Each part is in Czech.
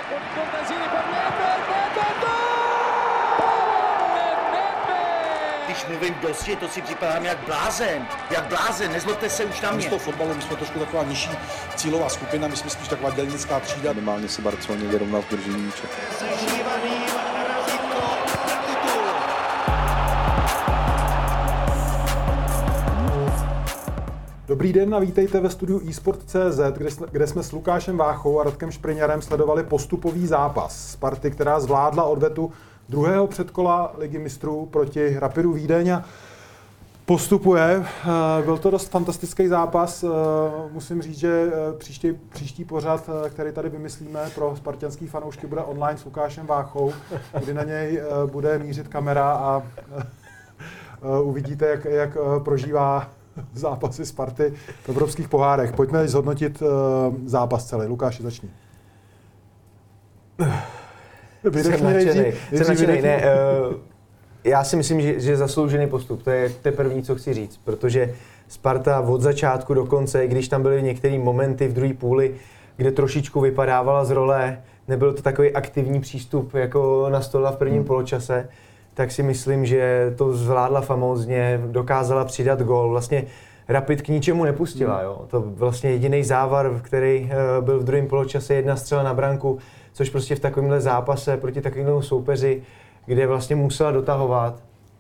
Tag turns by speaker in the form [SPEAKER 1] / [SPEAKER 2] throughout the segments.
[SPEAKER 1] Když mluvím dosti, to si připadám jak blázen, nezlobte se už na mě.
[SPEAKER 2] Z toho fotbalu my jsme trošku taková nižší cílová skupina, my jsme spíš taková dělnická třída.
[SPEAKER 3] Minimálně se Barceloně vyrovnal v držení míče.
[SPEAKER 4] Dobrý den a vítejte ve studiu eSport.cz, kde jsme s Lukášem Váchou a Radkem Špriňarem sledovali postupový zápas Sparty, která zvládla odvetu druhého předkola Ligy mistrů proti Rapidu Vídeň a postupuje. Byl to dost fantastický zápas. Musím říct, že příští pořad, který tady vymyslíme pro spartanský fanoušky, bude online s Lukášem Váchou, kdy na něj bude mířit kamera a uvidíte, jak prožívá zápasy Sparty v evropských pohárech. Pojďme zhodnotit zápas celý. Lukáši, začni.
[SPEAKER 5] Jsem nadšenej. Já si myslím, že zasloužený postup. To je první, co chci říct, protože Sparta od začátku do konce, když tam byly některé momenty v druhé půli, kde trošičku vypadávala z role, nebyl to takový aktivní přístup, jako nastola v prvním poločase, tak si myslím, že to zvládla famózně, dokázala přidat gól. Vlastně Rapid k ničemu nepustila. Jo? To vlastně jediný závar, který byl v druhém poločase, jedna střela na branku, což prostě v takovémhle zápase proti takovému soupeři, kde vlastně musela dotahovat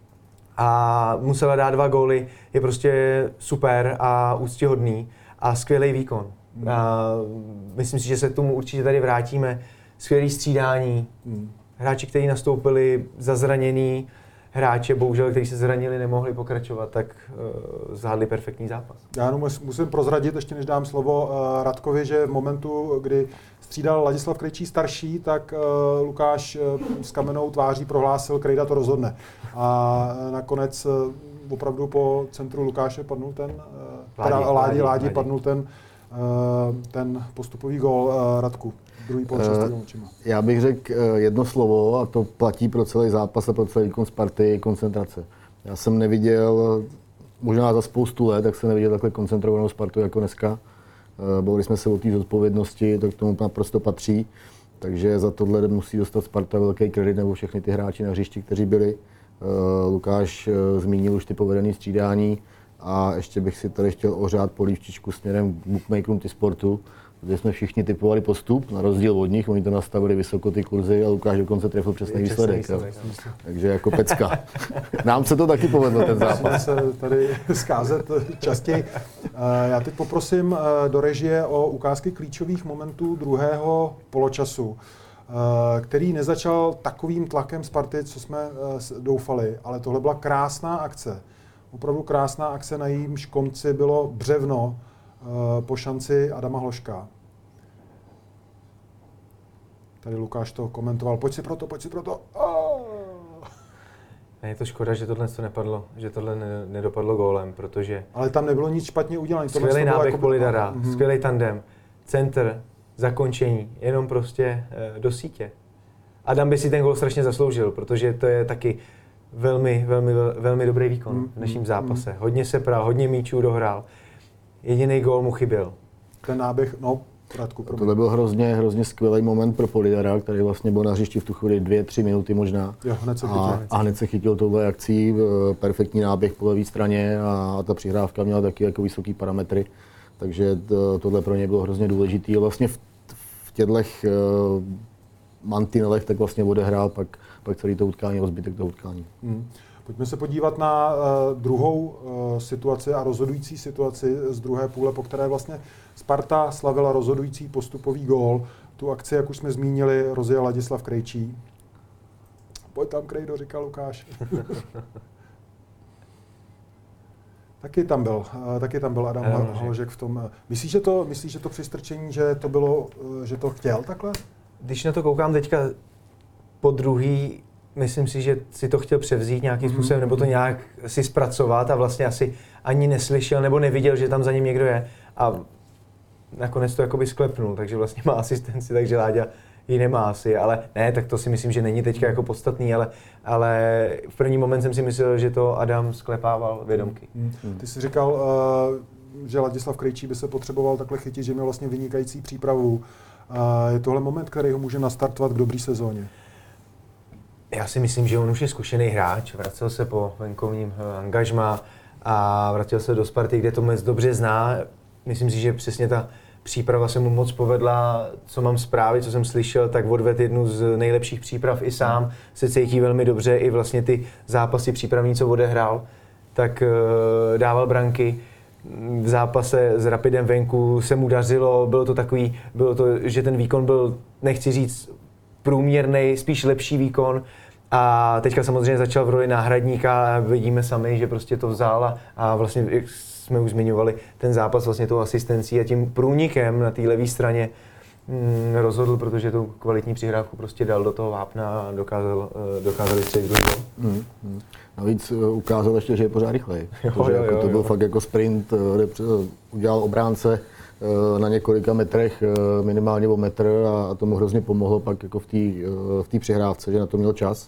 [SPEAKER 5] a musela dát 2 góly, je prostě super a úctyhodný a skvělý výkon. A myslím si, že se k tomu určitě tady vrátíme. Skvělý střídání, hráči, kteří nastoupili za zraněný, hráče, bohužel, kteří se zranili, nemohli pokračovat, tak zvládli perfektní zápas.
[SPEAKER 4] Já jenom musím prozradit, ještě než dám slovo Radkovi, že v momentu, kdy střídal Ladislav Krejčí starší, tak Lukáš s kamennou tváří prohlásil, Krejda to rozhodne. A nakonec opravdu po centru Lukáše padnul ten, Ládi padnul ten postupový gól. Radku, druhý poločas očima.
[SPEAKER 3] Já bych řekl jedno slovo, a to platí pro celý zápas a pro celý výkon Sparty, koncentrace. Já jsem neviděl, možná za spoustu let, tak jsem neviděl takhle koncentrovanou Spartu jako dneska. Bavili jsme se o té zodpovědnosti, to k tomu naprosto patří. Takže za tohle musí dostat Sparta velký kredit, nebo všechny ty hráči na hřišti, kteří byli. Lukáš zmínil už ty povedené střídání a ještě bych si tady chtěl ohřát polívčičku směrem k bookmakerům T-Sportu, protože jsme všichni typovali postup, na rozdíl od nich, oni to nastavili vysoko ty kurzy a Lukáš dokonce trefil přesný výsledek. Takže jako pecka. Nám se to taky povedlo, ten zápas.
[SPEAKER 4] Se tady zkázet častěji. Já teď poprosím do režie o ukázky klíčových momentů druhého poločasu, který nezačal takovým tlakem Sparty, co jsme doufali, ale tohle byla krásná akce. Opravdu krásná akce, na jejímž konci bylo břevno po šanci Adama Hloška. Tady Lukáš to komentoval. Pojď si pro to.
[SPEAKER 5] Je to škoda, že tohle to nepadlo, že tohle nedopadlo gólem, protože...
[SPEAKER 4] Ale tam nebylo nic špatně udělané.
[SPEAKER 5] Skvělý náběh Polidara, skvělý tandem, centr, zakončení, jenom prostě do sítě. Adam by si ten gól strašně zasloužil, protože to je taky velmi dobrý výkon v dnešním zápase. Hodně se pral, hodně míčů dohrál. Jediný gól mu chyběl.
[SPEAKER 4] Ten náběh, Radku,
[SPEAKER 3] tohle byl hrozně skvělý moment pro Polidara, který vlastně byl na hřišti v tu chvíli 2-3 minuty možná.
[SPEAKER 4] Jo,
[SPEAKER 3] hned se chytil touhle akcí, perfektní náběh po levé straně a ta přihrávka měla taky jako vysoký parametry. Takže tohle pro něj bylo hrozně důležitý. A vlastně v těchto mantinelech tak vlastně odehrál pak celý to utkání, zbytek toho utkání.
[SPEAKER 4] Pojďme se podívat na druhou situaci a rozhodující situaci z druhé půle, po které vlastně Sparta slavila rozhodující postupový gól. Tu akci, jak už jsme zmínili, rozjel Ladislav Krejčí. Pojď tam, Krejdo, říkal Lukáš. Taky tam byl Adam Hložek v tom. Myslíš, že to přistrčení, že to bylo, že to chtěl takhle?
[SPEAKER 5] Když na to koukám teďka po druhý, myslím si, že si to chtěl převzít nějakým způsobem, nebo to nějak si zpracovat a vlastně asi ani neslyšel nebo neviděl, že tam za ním někdo je. A nakonec to jakoby sklepnul, takže vlastně má asistenci, takže Láďa ji nemá asi, ale ne, tak to si myslím, že není teďka jako podstatný, ale v první moment jsem si myslel, že to Adam sklepával vědomky.
[SPEAKER 4] Ty jsi říkal, že Ladislav Krejčí by se potřeboval takhle chytit, že měl vlastně vynikající přípravu. Je tohle moment, který ho může nastartovat k dobrý sezóně?
[SPEAKER 5] Já si myslím, že on už je zkušený hráč, vracel se po venkovním angažmá a vrátil se do Sparty, kde to moc dobře zná. Myslím si, že přesně ta příprava se mu moc povedla, co mám zprávy, co jsem slyšel, tak odvedl jednu z nejlepších příprav i sám, se cítí velmi dobře, i vlastně ty zápasy přípravní, co odehrál, tak dával branky. V zápase s Rapidem venku se mu dařilo, bylo to, že ten výkon byl, nechci říct průměrný, spíš lepší výkon. A teďka samozřejmě začal v roli náhradníka a vidíme sami, že prostě to vzal a vlastně, jak jsme už zmiňovali, ten zápas vlastně tou asistencí a tím průnikem na té levé straně rozhodl, protože tu kvalitní přihrávku prostě dal do toho vápna a dokázal vystřelit druhý gól.
[SPEAKER 3] Navíc ukázal ještě, že je pořád rychlej. To byl fakt jako sprint, udělal obránce na několika metrech, minimálně o metr a to mu hrozně pomohlo pak jako v té přihrávce, že na to měl čas.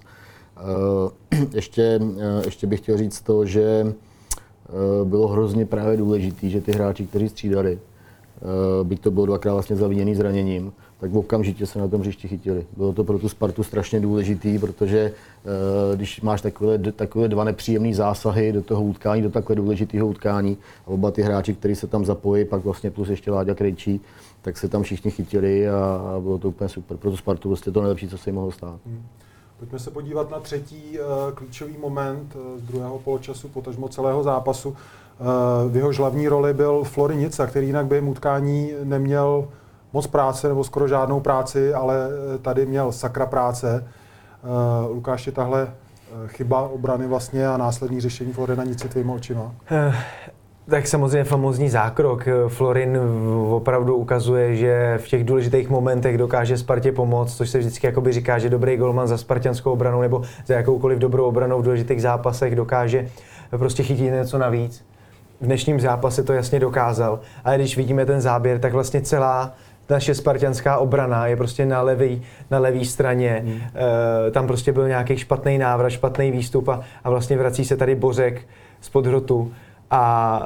[SPEAKER 3] Ještě bych chtěl říct to, že bylo hrozně právě důležitý, že ty hráči, kteří střídali, byť to bylo dvakrát vlastně zaviněný zraněním, tak okamžitě se na tom hřišti chytili. Bylo to pro tu Spartu strašně důležitý, protože když máš takové dva nepříjemné zásahy do toho utkání, do takhle důležitého utkání, a oba ty hráči, kteří se tam zapojí, pak vlastně plus ještě Láďa Krejčí, tak se tam všichni chytili a bylo to úplně super. Pro tu Spartu vlastně to nejlepší, co se jim mohlo stát.
[SPEAKER 4] Pojďme se podívat na třetí klíčový moment z druhého poločasu, potažmo celého zápasu. V jeho hlavní roli byl Florin Nica, který jinak během utkání neměl moc práce, nebo skoro žádnou práci, ale tady měl sakra práce. Lukáši, tahle chyba obrany vlastně a následní řešení Florina Nici tvýma očima?
[SPEAKER 5] Tak samozřejmě famózní zákrok. Florin opravdu ukazuje, že v těch důležitých momentech dokáže Spartě pomoct, což se vždycky jakoby říká, že dobrý golman za spartanskou obranou nebo za jakoukoliv dobrou obranou v důležitých zápasech dokáže prostě chytit něco navíc. V dnešním zápase to jasně dokázal, ale když vidíme ten záběr, tak vlastně celá naše spartanská obrana je prostě na levý straně. Tam prostě byl nějaký špatný návrat, špatný výstup a vlastně vrací se tady Bořek spod hrotu. A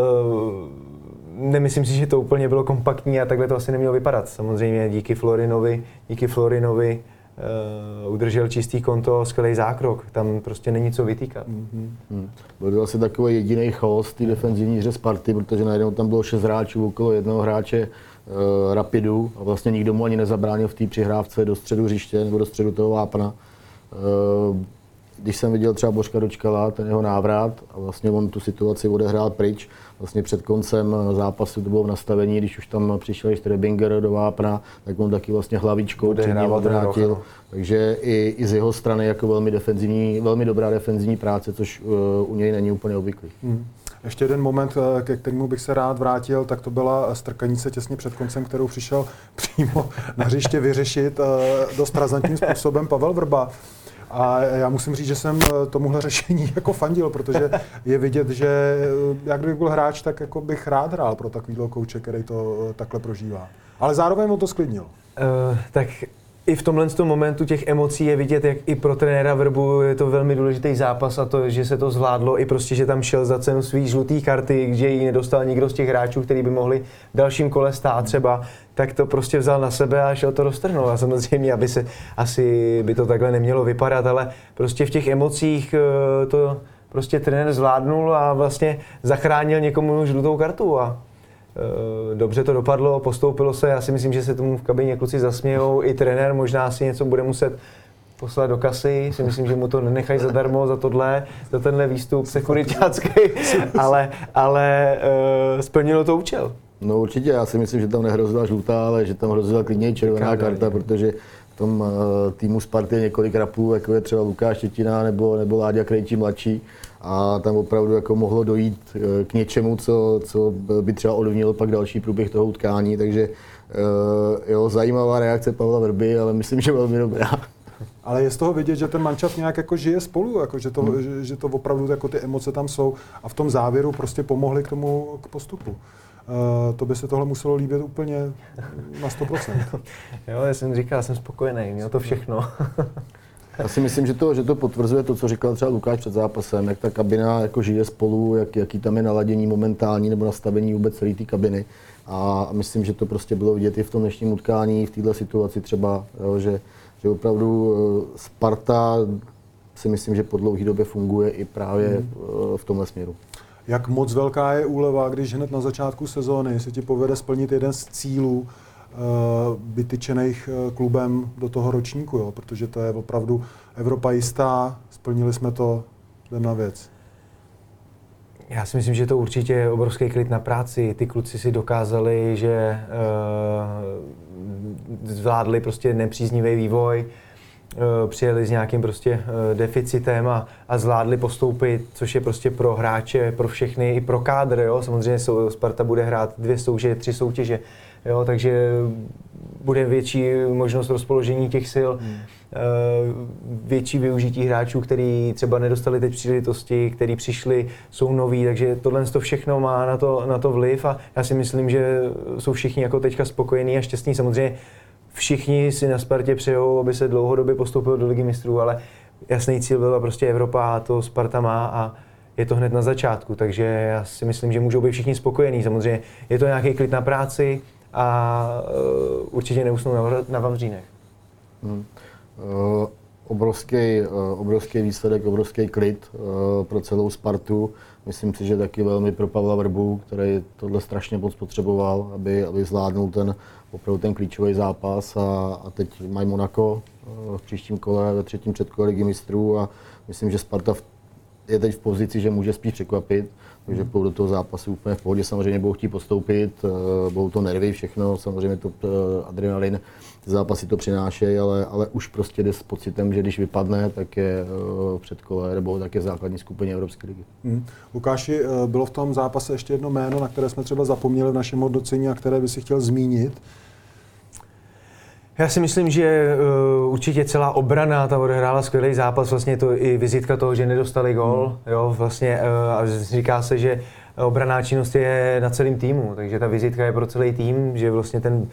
[SPEAKER 5] nemyslím si, že to úplně bylo kompaktní a takhle to asi nemělo vypadat. Samozřejmě díky Florinovi udržel čistý konto, skvělý zákrok. Tam prostě není co vytýkat.
[SPEAKER 3] Byl to asi takový jediný chaos té defenzivní hře Sparty, protože najednou tam bylo 6 hráčů okolo jednoho hráče Rapidu a vlastně nikdo mu ani nezabránil v té přihrávce do středu hřiště nebo do středu toho vápna. Když jsem viděl třeba Božka Dočkala, ten jeho návrat a vlastně on tu situaci odehrál pryč, vlastně před koncem zápasu to bylo v nastavení, když už tam přišel Strebinger do vápna, tak on taky vlastně hlavičkou před ním odvrátil. Takže i z jeho strany jako velmi dobrá defenzivní práce, což u něj není úplně obvyklý.
[SPEAKER 4] Ještě jeden moment, ke kterému bych se rád vrátil, tak to byla strkanice těsně před koncem, kterou přišel přímo na hřiště vyřešit dost razantním způsobem Pavel Vrba. A já musím říct, že jsem tomuhle řešení jako fandil, protože je vidět, že jak kdybych byl hráč, tak jako bych rád hrál pro takovýhle kouče, který to takhle prožívá. Ale zároveň on to sklidnil.
[SPEAKER 5] Tak i v tomhle momentu těch emocí je vidět, jak i pro trenéra Vrbu je to velmi důležitý zápas a to, že se to zvládlo, i prostě, že tam šel za cenu svý žlutý karty, že ji nedostal nikdo z těch hráčů, který by mohli v dalším kole stát třeba, tak to prostě vzal na sebe a šel to roztrhnout. A samozřejmě, asi by to takhle nemělo vypadat, ale prostě v těch emocích to prostě trenér zvládnul a vlastně zachránil někomu žlutou kartu. A dobře to dopadlo, postoupilo se, já si myslím, že se tomu v kabině kluci zasmějou, i trenér možná si něco bude muset poslat do kasy, si myslím, že mu to nenechají zadarmo za tenhle výstup sekuritácký, ale splnilo to účel.
[SPEAKER 3] No určitě, já si myslím, že tam nehrozila žlutá, ale že tam hrozila klidně červená karta, protože v tom týmu Sparty je několik rapů, jako je třeba Lukáš Štětina nebo Láďa Krejčí mladší. A tam opravdu jako mohlo dojít k něčemu, co by třeba ovlivnilo pak další průběh toho utkání. Takže jo, zajímavá reakce Pavla Vrby, ale myslím, že velmi dobrá.
[SPEAKER 4] Ale je z toho vidět, že ten mančaft nějak jako žije spolu, jako že to opravdu jako ty emoce tam jsou a v tom závěru prostě pomohli k postupu. To by se tohle muselo líbit úplně na 100%.
[SPEAKER 5] Jo, já jsem říkal, jsem spokojený, měl to všechno.
[SPEAKER 3] Já si myslím, že to potvrzuje to, co říkal třeba Lukáš před zápasem, jak ta kabina jako žije spolu, jaký tam je naladění momentální nebo nastavení vůbec celé té kabiny. A myslím, že to prostě bylo vidět i v tom dnešním utkání, v této situaci třeba, jo, že opravdu Sparta si myslím, že po dlouhé době funguje i právě v tomhle směru.
[SPEAKER 4] Jak moc velká je úleva, když hned na začátku sezóny se ti povede splnit jeden z cílů vytyčených klubem do toho ročníku, jo? Protože to je opravdu Evropa jistá, splnili jsme to, jdem na věc.
[SPEAKER 5] Já si myslím, že to určitě je obrovský klid na práci. Ty kluci si dokázali, že zvládli prostě nepříznivý vývoj, přijeli s nějakým prostě deficitem a zvládli postoupit, což je prostě pro hráče, pro všechny, i pro kádr, jo. Samozřejmě Sparta bude hrát 2 soutěže, 3 soutěže, jo, takže bude větší možnost rozpoložení těch sil, větší využití hráčů, kteří třeba nedostali teď příležitosti, kteří přišli, jsou noví, takže tohle všechno má na to vliv a já si myslím, že jsou všichni jako teďka spokojení a šťastní. Samozřejmě všichni si na Spartě přejou, aby se dlouhodobě postoupilo do Ligy mistrů, ale jasný cíl byla prostě Evropa a to Sparta má a je to hned na začátku, takže já si myslím, že můžou být všichni spokojení. Samozřejmě je to nějaký klid na práci a určitě neusnou na vavřínech.
[SPEAKER 3] Obrovský výsledek, obrovský klid pro celou Spartu. Myslím si, že taky velmi pro Pavla Vrbu, který tohle strašně moc potřeboval, aby zvládnul opravdu ten klíčový zápas a teď mají Monako v příštím kole, ve 3. předkole Ligy mistrů a myslím, že Sparta je teď v pozici, že může spíš překvapit, takže půjdou do toho zápasu úplně v pohodě, samozřejmě budou chtít postoupit, budou to nervy, všechno, samozřejmě to adrenalin, ty zápasy to přinášejí, ale už prostě jde s pocitem, že když vypadne, tak je v předkole nebo tak je v základní skupině Evropské ligy.
[SPEAKER 4] Lukáši, bylo v tom zápase ještě jedno jméno, na které jsme třeba zapomněli v našem hodnocení a které by si chtěl zmínit?
[SPEAKER 5] Já si myslím, že určitě celá obrana tam odehrála skvělý zápas, vlastně to i vizitka toho, že nedostali gól, jo, vlastně a říká se, že obranná činnost je na celém týmu, takže ta vizitka je pro celý tým, že vlastně ten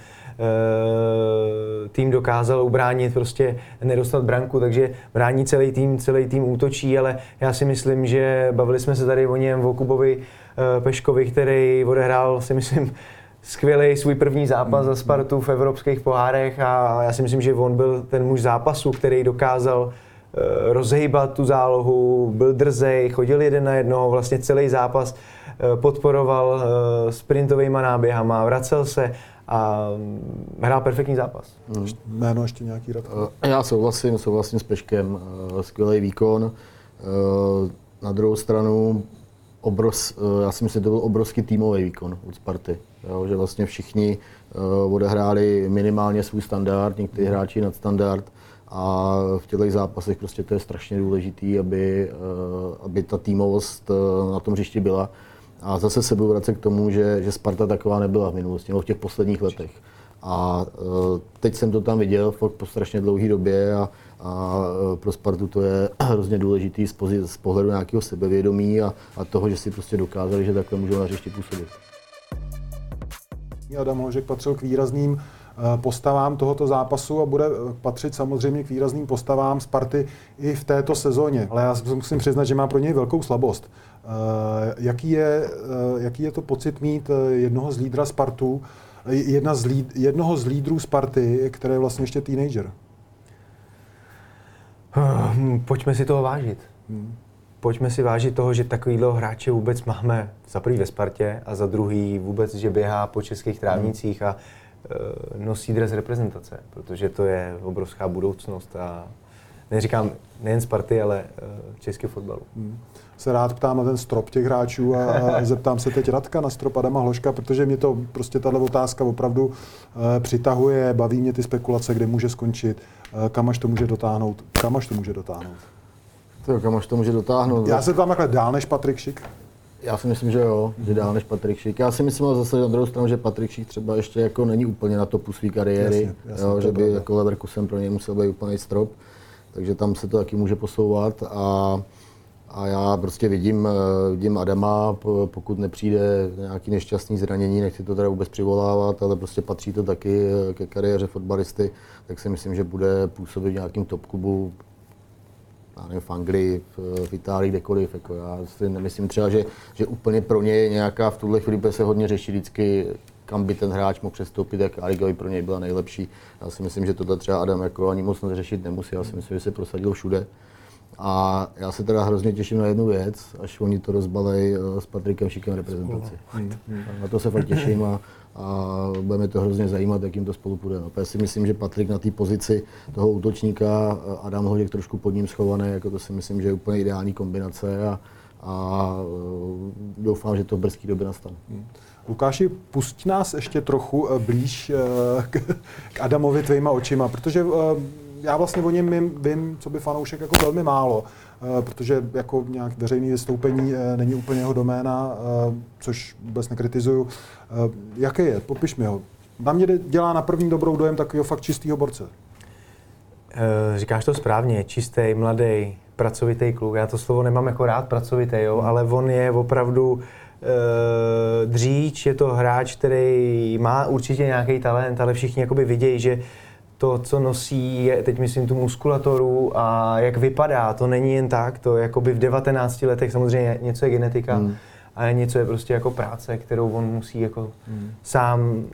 [SPEAKER 5] tým dokázal ubránit, prostě nedostat branku, takže brání celý tým útočí, ale já si myslím, že bavili jsme se tady o něm, o Kubovi Peškovi, který odehrál, si myslím, skvělý svůj první zápas za Spartu v evropských pohárech a já si myslím, že on byl ten muž zápasu, který dokázal rozhýbat tu zálohu, byl drzej, chodil 1 na 1, vlastně celý zápas podporoval sprintovýma náběhama, vracel se a hrál perfektní zápas.
[SPEAKER 4] Jméno ještě nějaký, Radko?
[SPEAKER 3] Já souhlasím s Peškem, skvělý výkon. Na druhou stranu já si myslím, že to byl obrovský týmový výkon od Sparty. Jo, že vlastně všichni odehráli minimálně svůj standard, někteří hráči nadstandard a v těchto zápasech prostě to je strašně důležitý, aby ta týmovost na tom hřišti byla. A zase se budu vracet k tomu, že Sparta taková nebyla v minulosti, nebo v těch posledních letech. A teď jsem to tam viděl po strašně dlouhé době a pro Spartu to je hrozně důležitý z pohledu nějakého sebevědomí a toho, že si prostě dokázali, že takhle můžou na hřišti působit.
[SPEAKER 4] Adam Hložek patřil k výrazným postavám tohoto zápasu a bude patřit samozřejmě k výrazným postavám Sparty i v této sezóně. Ale já musím přiznat, že mám pro něj velkou slabost. Jaký je to pocit mít jednoho z lídra Spartu, jednoho z lídrů Sparty, který je vlastně ještě teenager?
[SPEAKER 5] Pojďme si toho vážit. Pojďme si vážit toho, že takovýhle hráče vůbec máme za prvý ve Spartě a za druhý vůbec, že běhá po českých trávnicích a nosí dres reprezentace, protože to je obrovská budoucnost a neříkám nejen Sparty, ale českého fotbalu.
[SPEAKER 4] Se rád ptám na ten strop těch hráčů a zeptám se teď Radka na strop Adama Hložka, protože mě to prostě tahle otázka opravdu přitahuje, baví mě ty spekulace, kde může skončit, kam až to může dotáhnout. Kam až to může dotáhnout? Já se tam takhle dál než Patrik Šik.
[SPEAKER 3] Já si myslím, že jo, že dál než Patrik Šik. Já si myslím ale zase na druhou stranu, že Patrik Šik třeba ještě jako není úplně na topu své kariéry, jasně, jo, že by jako Leverkusen pro něj musel být úplný strop, takže tam se to taky může posouvat a já prostě vidím Adama, pokud nepřijde nějaký nešťastný zranění, nechci to teda vůbec přivolávat, ale prostě patří to taky ke kariéře fotbalisty, tak si myslím, že bude působit v nějakým top klubu nevím, v Anglii, v Itálii, kdekoliv. Jako já si nemyslím třeba, že úplně pro ně je nějaká v tuhle chvíli se hodně řeší vždycky, kam by ten hráč mohl přestoupit, jak Liga by pro něj byla nejlepší. Já si myslím, že tohle třeba Adam jako ani moc řešit nemusí, já si myslím, že se prosadil všude. A já se teda hrozně těším na jednu věc, až oni to rozbalej s Patrikem Šikem reprezentaci. Na to se fakt těším a bude mě to hrozně zajímat, jak jim to spolu půjde. No, já si myslím, že Patrik na té pozici toho útočníka, Adam Hoděk trošku pod ním schovaný, jako to si myslím, že je úplně ideální kombinace a doufám, že to v brzké době nastane.
[SPEAKER 4] Lukáši, pusť nás ještě trochu blíž k Adamovi tvýma očima, protože já vlastně o něm vím, co by fanoušek, jako velmi málo, protože jako nějak veřejné vystoupení není úplně jeho doména, což vůbec nekritizuju. Jaký je? Popiš mi ho. Na mě dělá na první dobrou dojem takového fakt čistýho borce.
[SPEAKER 5] Říkáš to správně, čistý, mladý, pracovitý kluk. Já to slovo nemám jako rád, pracovitý, jo, ale on je opravdu dříč, je to hráč, který má určitě nějaký talent, ale všichni jakoby vidějí, že to, co nosí, je, teď myslím tu muskulatoru a jak vypadá, to není jen tak, to jakoby v 19 letech samozřejmě něco je genetika, ale něco je prostě jako práce, kterou on musí jako sám,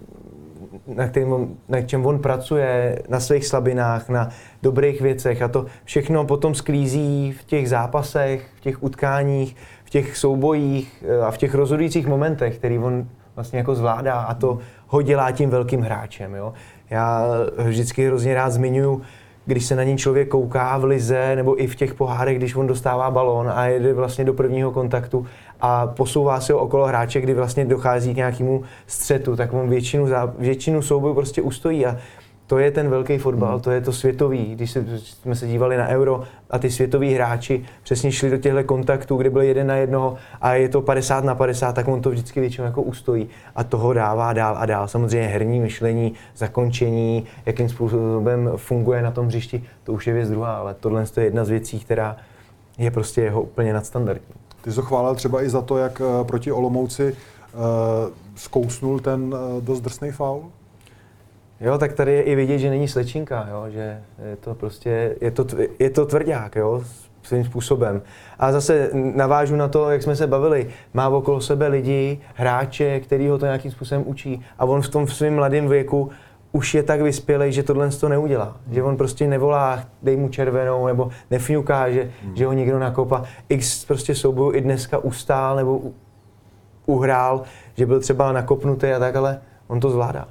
[SPEAKER 5] na čem on pracuje, na svých slabinách, na dobrých věcech a to všechno potom sklízí v těch zápasech, v těch utkáních, v těch soubojích a v těch rozhodujících momentech, který on vlastně jako zvládá a to ho dělá tím velkým hráčem. Jo? Já vždycky hrozně rád zmiňuji, když se na něj člověk kouká v lize nebo i v těch pohárech, když on dostává balón a jede vlastně do prvního kontaktu a posouvá se ho okolo hráče, kdy vlastně dochází k nějakému střetu, tak on většinu soubojů prostě ustojí a to je ten velký fotbal, to je to světový. Když jsme se dívali na Euro a ty světoví hráči přesně šli do těchto kontaktů, kde byl 1 na 1 a je to 50 na 50, tak on to vždycky většinou jako ustojí a toho dává dál a dál. Samozřejmě herní myšlení, zakončení, jakým způsobem funguje na tom hřišti, to už je věc druhá, ale tohle je jedna z věcí, která je prostě jeho úplně nadstandardní.
[SPEAKER 4] Ty jsi ho chválil třeba i za to, jak proti Olomouci zkousnul ten dost drsný faul?
[SPEAKER 5] Jo, tak tady je i vidět, že není slečinka, jo, že je to prostě, je to tvrdák, jo, svým způsobem. A zase navážu na to, jak jsme se bavili, má okolo sebe lidi, hráče, který ho to nějakým způsobem učí a on v tom svém mladém věku už je tak vyspělej, že tohle to neudělá. Že on prostě nevolá, dej mu červenou, nebo nefňuká, že ho někdo nakopá. X prostě soubojů i dneska ustál nebo uhrál, že byl třeba nakopnutý a tak, ale on to zvládá.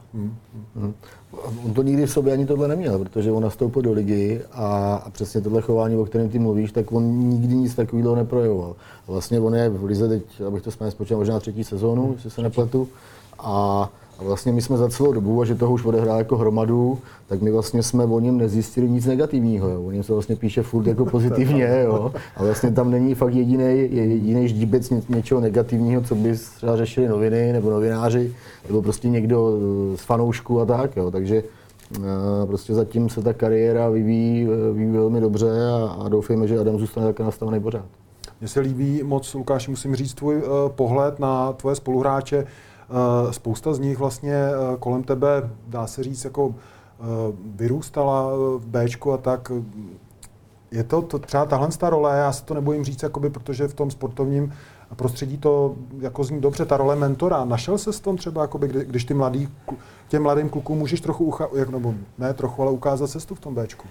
[SPEAKER 3] On to nikdy v sobě ani tohle neměl, protože on nastoupil do ligy a přesně tohle chování, o kterém ty mluvíš, tak on nikdy nic takového neprojevoval. Vlastně on je v lize teď, abych to správně spočítal, možná 3. sezónu, jestli se nepletu. A vlastně my jsme za celou dobu, a že toho už odehrál jako hromadu, tak my vlastně jsme o něm nezjistili nic negativního. Jo. O něm se vlastně píše furt jako pozitivně, jo. A vlastně tam není fakt jediný ždíbec něčeho negativního, co by třeba řešili noviny nebo novináři, nebo prostě někdo z fanoušků a tak. Jo. Takže prostě zatím se ta kariéra vyvíjí velmi dobře a doufejme, že Adam zůstane také nastavený pořád.
[SPEAKER 4] Mně se líbí moc, Lukáši, musím říct tvůj pohled na tvoje spoluhráče. Spousta z nich vlastně kolem tebe, dá se říct, jako vyrůstala v Bčku a tak. Je to třeba tahle role, já se to nebojím říct, jakoby, protože v tom sportovním prostředí to jako zní dobře, ta role mentora. Našel se s tom třeba, jakoby, když těm mladým klukům můžeš trochu, nebo ne trochu, ale ukázat cestu v tom Bčku?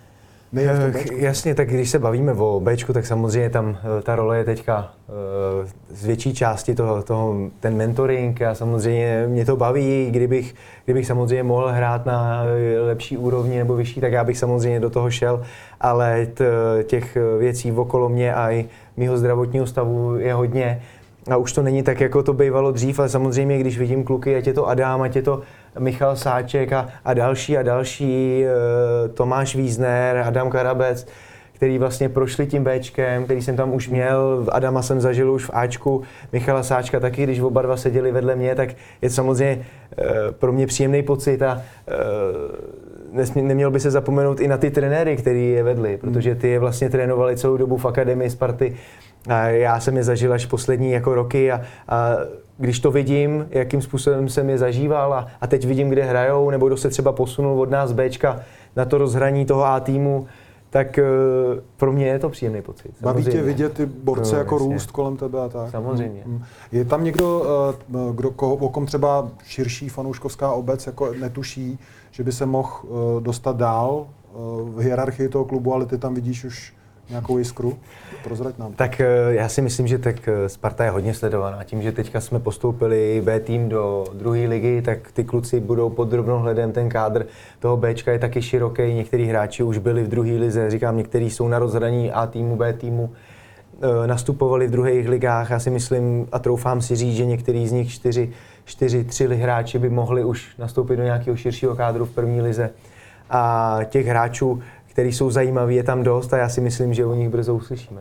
[SPEAKER 5] Jasně, tak když se bavíme o Bčku, tak samozřejmě tam ta role je teďka z větší části ten mentoring a samozřejmě mě to baví, kdybych samozřejmě mohl hrát na lepší úrovni nebo vyšší, tak já bych samozřejmě do toho šel, ale těch věcí okolo mě a i mýho zdravotního stavu je hodně a už to není tak, jako to bývalo dřív, ale samozřejmě, když vidím kluky, ať je to Adam, ať je to Michal Sáček a další, Tomáš Wiesner, Adam Karabec, který vlastně prošli tím Bčkem, který jsem tam už měl, Adama jsem zažil už v Ačku, Michala Sáčka taky, když oba dva seděli vedle mě, tak je to samozřejmě pro mě příjemný pocit a neměl by se zapomenout i na ty trenéry, který je vedli, protože ty je vlastně trénovali celou dobu v akademii Sparty a já jsem je zažil až poslední jako roky a když to vidím, jakým způsobem jsem je zažíval a teď vidím, kde hrajou, nebo kdo se třeba posunul od nás z Bčka na to rozhraní toho A týmu, tak pro mě je to příjemný pocit.
[SPEAKER 4] Baví tě vidět ty borce
[SPEAKER 5] No,
[SPEAKER 4] jako
[SPEAKER 5] jasně.
[SPEAKER 4] růst kolem tebe a tak?
[SPEAKER 5] Samozřejmě.
[SPEAKER 4] Je tam někdo, o kom třeba širší fanouškovská obec jako netuší, že by se mohl dostat dál v hierarchii toho klubu, ale ty tam vidíš už nějakou jiskru? Prozrať nám.
[SPEAKER 5] Tak já si myslím, že tak Sparta je hodně sledovaná. Tím, že teďka jsme postoupili B tým do druhé ligy, tak ty kluci budou pod drobnohledem. Ten kádr toho Bčka je taky široký. Někteří hráči už byli v druhé lize, říkám, někteří jsou na rozhraní A týmu, B týmu. Nastupovali v druhých ligách. Já si myslím a troufám si říct, že některý z nich 4-3 hráči by mohli už nastoupit do nějakého širšího kádru v první lize. A těch hráčů, který jsou zajímaví, je tam dost a já si myslím, že o nich brzo uslyšíme.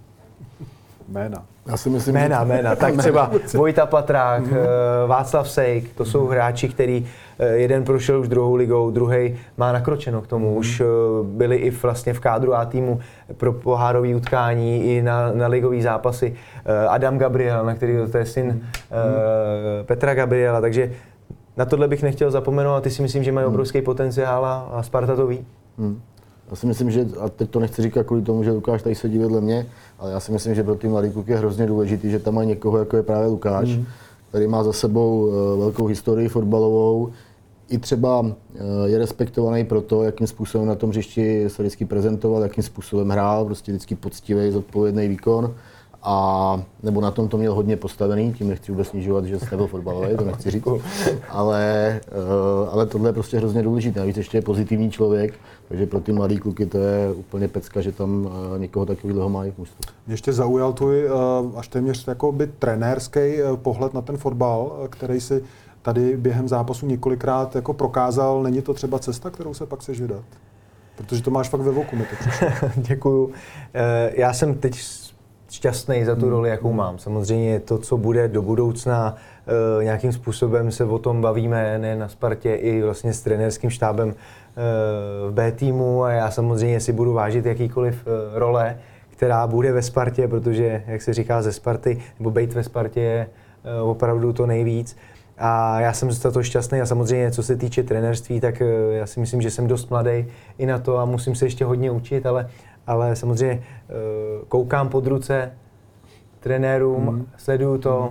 [SPEAKER 4] Jména.
[SPEAKER 3] Já si myslím,
[SPEAKER 5] Jména. Tak třeba Vojta Patrák, Václav Sejk, to jsou hráči, který jeden prošel už druhou ligou, druhý má nakročeno k tomu. Už byli i vlastně v kádru A týmu pro pohárové utkání i na ligové zápasy. Adam Gabriel, na který to je syn Petra Gabriela, takže na tohle bych nechtěl zapomenout a ty si myslím, že mají obrovský potenciál a Sparta to ví.
[SPEAKER 3] Já si myslím, že, a teď to nechci říkat kvůli tomu, že Lukáš tady sedí vedle mě, ale já si myslím, že pro ty mladý kluky je hrozně důležitý, že tam mají někoho, jako je právě Lukáš, který má za sebou velkou historii fotbalovou, i třeba je respektovaný pro to, jakým způsobem na tom hřišti se vždycky prezentoval, jakým způsobem hrál, prostě vždycky poctivý, zodpovědný výkon. A nebo na tom to měl hodně postavený, tím nechci vůbec snižovat, že nebyl fotbalový, to nechci říct, ale tohle je prostě hrozně důležité, navíc ještě je pozitivní člověk, takže pro ty mladý kluky to je úplně pecka, že tam někoho takového mají v mužstvu.
[SPEAKER 4] Mě ještě zaujal tvůj až téměř jakoby trenérský pohled na ten fotbal, který si tady během zápasu několikrát jako prokázal. Není to třeba cesta, kterou se pak chceš vydat? Protože to máš fakt ve voku, mi to přišlo.
[SPEAKER 5] Děkuju. Já jsem teď šťastný za tu roli, jakou mám. Samozřejmě to, co bude do budoucna, nějakým způsobem se o tom bavíme, ne na Spartě, i vlastně s trenérským štábem v B týmu a já samozřejmě si budu vážit jakýkoliv role, která bude ve Spartě, protože, jak se říká, ze Sparty, nebo být ve Spartě je opravdu to nejvíc. A já jsem za to šťastný a samozřejmě, co se týče trenérství, tak já si myslím, že jsem dost mladý i na to a musím se ještě hodně učit, ale samozřejmě koukám pod ruce trenérům, sleduju to,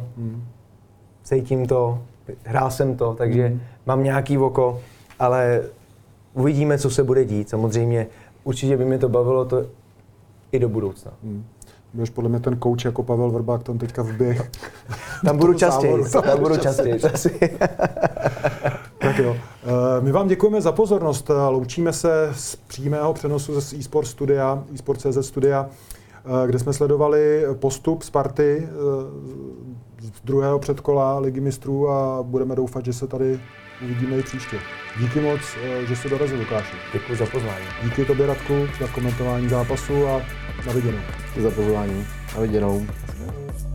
[SPEAKER 5] cítím to, hrál jsem to, takže mám nějaký oko, ale uvidíme, co se bude dít. Samozřejmě určitě by mě to bavilo to i do budoucna.
[SPEAKER 4] Budeš podle mě ten kouč jako Pavel Vrbák tam teďka vběh.
[SPEAKER 5] Tam budu častěji.
[SPEAKER 4] Tak jo. My vám děkujeme za pozornost. Loučíme se z přímého přenosu ze eSport studia, eSport.cz studia, kde jsme sledovali postup Sparty z druhého předkola Ligy mistrů a budeme doufat, že se tady uvidíme i příště. Díky moc, že jsi dorazil, Lukáši.
[SPEAKER 5] Děkuji za pozvání.
[SPEAKER 4] Díky tobě, Radku, za komentování zápasu a na viděnou.
[SPEAKER 3] Za pozvání. Na viděnou.